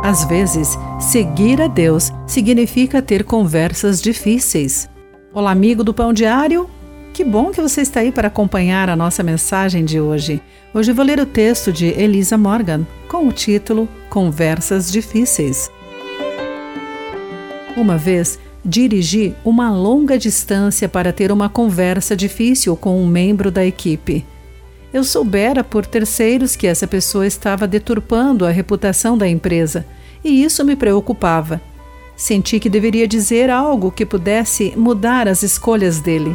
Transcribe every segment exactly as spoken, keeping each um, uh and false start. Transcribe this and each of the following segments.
Às vezes, seguir a Deus significa ter conversas difíceis. Olá, amigo do Pão Diário! Que bom que você está aí para acompanhar a nossa mensagem de hoje. Hoje eu vou ler o texto de Elisa Morgan, com o título Conversas Difíceis. Uma vez, dirigi uma longa distância para ter uma conversa difícil com um membro da equipe. Eu soubera por terceiros que essa pessoa estava deturpando a reputação da empresa, e isso me preocupava. Senti que deveria dizer algo que pudesse mudar as escolhas dele.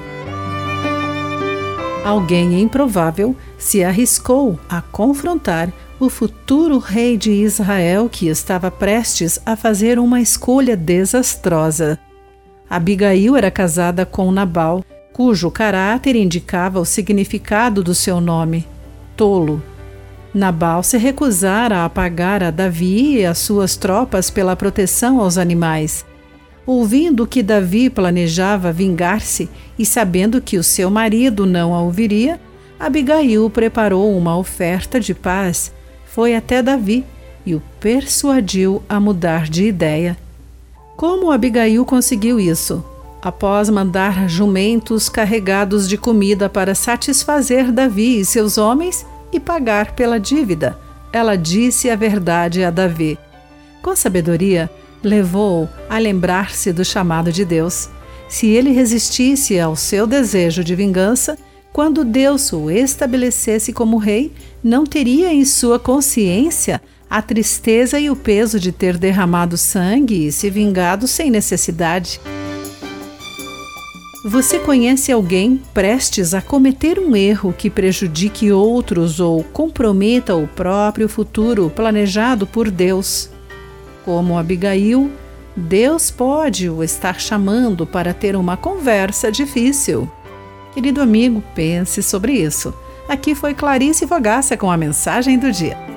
Alguém improvável se arriscou a confrontar o futuro rei de Israel, que estava prestes a fazer uma escolha desastrosa. Abigail era casada com Nabal, cujo caráter indicava o significado do seu nome, tolo. Nabal se recusara a pagar a Davi e as suas tropas pela proteção aos animais. Ouvindo que Davi planejava vingar-se e sabendo que o seu marido não a ouviria, Abigail preparou uma oferta de paz, foi até Davi e o persuadiu a mudar de ideia. Como Abigail conseguiu isso? Após mandar jumentos carregados de comida para satisfazer Davi e seus homens e pagar pela dívida, ela disse a verdade a Davi. Com sabedoria, levou-o a lembrar-se do chamado de Deus. Se ele resistisse ao seu desejo de vingança, quando Deus o estabelecesse como rei, não teria em sua consciência a tristeza e o peso de ter derramado sangue e se vingado sem necessidade. Você conhece alguém prestes a cometer um erro que prejudique outros ou comprometa o próprio futuro planejado por Deus? Como Abigail, Deus pode o estar chamando para ter uma conversa difícil. Querido amigo, pense sobre isso. Aqui foi Clarice Fogaça com a mensagem do dia.